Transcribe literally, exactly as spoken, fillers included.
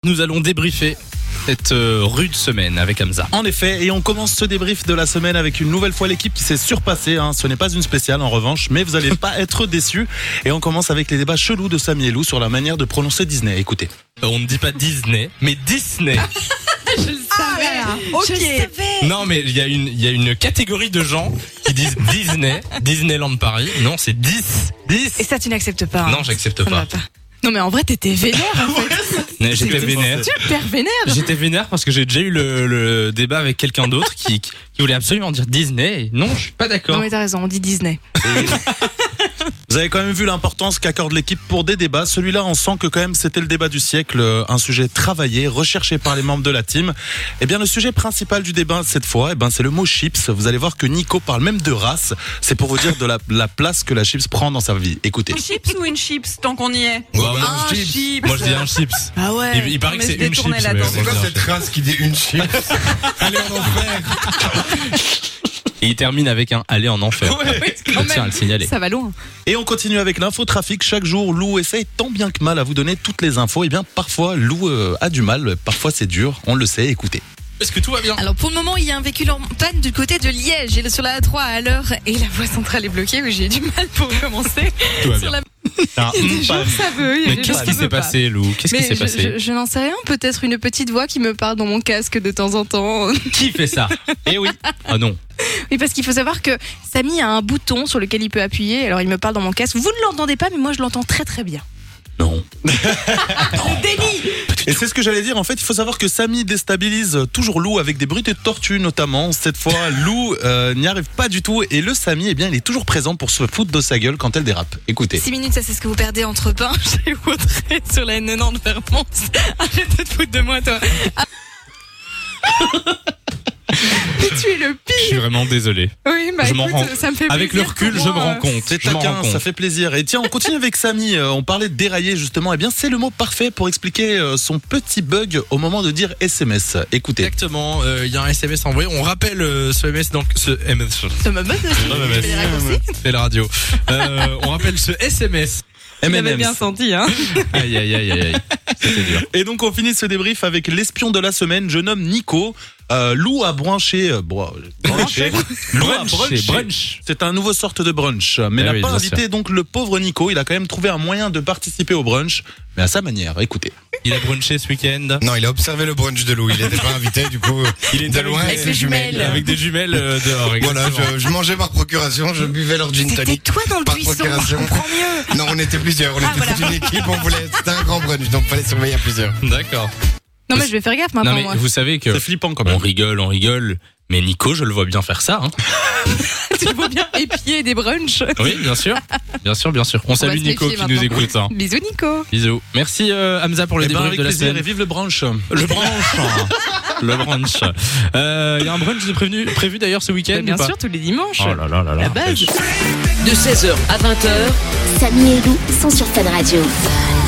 Nous allons débriefer cette euh, rude semaine avec Hamza. En effet, et on commence ce débrief de la semaine avec une nouvelle fois l'équipe qui s'est surpassée. Hein. Ce n'est pas une spéciale en revanche, mais vous n'allez pas être déçus. Et on commence avec les débats chelous de Samy et Lou sur la manière de prononcer Disney. Écoutez. Euh, on ne dit pas Disney, mais Disney. Je le savais. Ah, ok. Je le savais. Non, mais il y a une, il y a une catégorie de gens qui disent Disney, Disneyland Paris. Non, c'est dix, dix. Et ça, tu n'acceptes pas. Hein. Non, j'accepte Ça ne pas. va pas. Non, mais en vrai, t'étais vénère, en fait. Mais j'étais vénère. Super vénère. J'étais vénère parce que j'ai déjà eu le, le débat avec quelqu'un d'autre qui, qui voulait absolument dire Disney. Non, je suis pas d'accord. Non, mais t'as raison, on dit Disney. Vous avez quand même vu l'importance qu'accorde l'équipe pour des débats. Celui-là, on sent que quand même c'était le débat du siècle, un sujet travaillé, recherché par les membres de la team. Eh bien, le sujet principal du débat cette fois, eh ben, c'est le mot chips. Vous allez voir que Nico parle même de race. C'est pour vous dire de la, la place que la chips prend dans sa vie. Écoutez. Une chips ou une chips tant qu'on y est? Ouais, moi, Un je dis- chips. Moi, je dis un chips. Ah ouais. Il, il paraît que Mais c'est je une chips. détournais la mais danse. moi, C'est quoi je dis un cette race qui dit une chips? Allez en enfer. Et il termine avec un aller en enfer. Je quand tiens à même. le signaler. Ça va loin. Et on continue avec l'infotrafic. Chaque jour, Lou essaye tant bien que mal à vous donner toutes les infos. Et bien, parfois, Lou euh, a du mal. Parfois, c'est dur. On le sait. Écoutez. Est-ce que tout va bien? Alors, pour le moment, il y a un véhicule en panne du côté de Liège. Il est sur la A trois à l'heure et la voie centrale est bloquée. Mais j'ai du mal pour commencer. Tout va Sur bien. la... Ah, Il y a des jours, ça veut. Il y a Mais des qu'est-ce jours, qui ça s'est veut pas. passé, Lou? Qu'est-ce qui Mais s'est je, passé? je, je n'en sais rien. Peut-être une petite voix qui me parle dans mon casque de temps en temps. Qui fait ça? Eh oui. Ah non. Oui, parce qu'il faut savoir que Samy a un bouton sur lequel il peut appuyer. Alors, il me parle dans mon casque. Vous ne l'entendez pas, mais moi, je l'entends très très bien. Non. Le déni. Et c'est ce que j'allais dire. En fait, il faut savoir que Samy déstabilise toujours Lou avec des bruits de tortue notamment. Cette fois, Lou euh, n'y arrive pas du tout. Et le Samy, eh bien, il est toujours présent pour se foutre de sa gueule quand elle dérape. Écoutez. six minutes, ça c'est ce que vous perdez entre pain. J'ai Audrey sur la N quatre-vingt-dix vers Mons. Arrête de te foutre de moi, toi. Ah. Mais tu es le Je suis pire. vraiment désolé. Oui, bah Je m'en écoute, rends- ça me fait Avec le plaisir recul, pour je moi. me rends compte. C'est Je m'en taquin, rends compte. ça fait plaisir. Et tiens, on continue avec Samy. Euh, On parlait de dérailler justement. Eh bien, c'est le mot parfait pour expliquer euh, son petit bug au moment de dire S M S. Écoutez. Exactement, il euh, y a un S M S envoyé. On rappelle euh, ce M S, donc ce M S. Ça me botte aussi. Non, mais Je vais les raccourcis. C'est la radio. Euh, on rappelle ce S M S. Vous M and l'avez M's. bien senti, hein. Aïe aïe aïe aïe aïe. C'était dur. Et donc on finit ce débrief avec l'espion de la semaine, je nomme Nico. Euh, Lou a branché, euh, bro- branché. Lou a Brunch, brunché. c'est brunch. C'est un nouveau sorte de brunch, mais Eh n'a oui, pas bien invité sûr. donc le pauvre Nico. Il a quand même trouvé un moyen de participer au brunch, mais à sa manière. Écoutez. Il a brunché ce week-end. Non, il a observé le brunch de Lou. Il n'était pas invité, du coup. Il est de loin. avec ses les jumelles. Avec des jumelles euh, dehors. Voilà, exactement. je, je mangeais par procuration, je buvais leur gin C'était tonic. toi dans le Par buisson, je procuration. comprends mieux. Non, on était plusieurs, on Ah, était voilà. toute une équipe, on voulait, c'était un grand brunch, donc fallait surveiller à plusieurs. D'accord. Non, mais je vais faire gaffe Non maintenant, mais moi. vous savez que C'est flippant quand on même. rigole, on rigole. Mais Nico, je le vois bien faire ça. Hein. Tu vois bien épier des brunchs. Oui, bien sûr, bien sûr, bien sûr. On, va salue se Nico méfier qui nous maintenant. écoute. Hein. Bisous, Nico. Bisous. Merci euh, Hamza pour le Eh ben, débrief avec de la plaisir semaine. et vive le brunch. Le brunch. Le brunch. Il euh, y a un brunch de prévenu, prévu d'ailleurs ce week-end Bien ou pas? sûr, tous les dimanches. Oh là là là là. La base. De seize heures à vingt heures, Samy et Lou sont sur Fun Radio.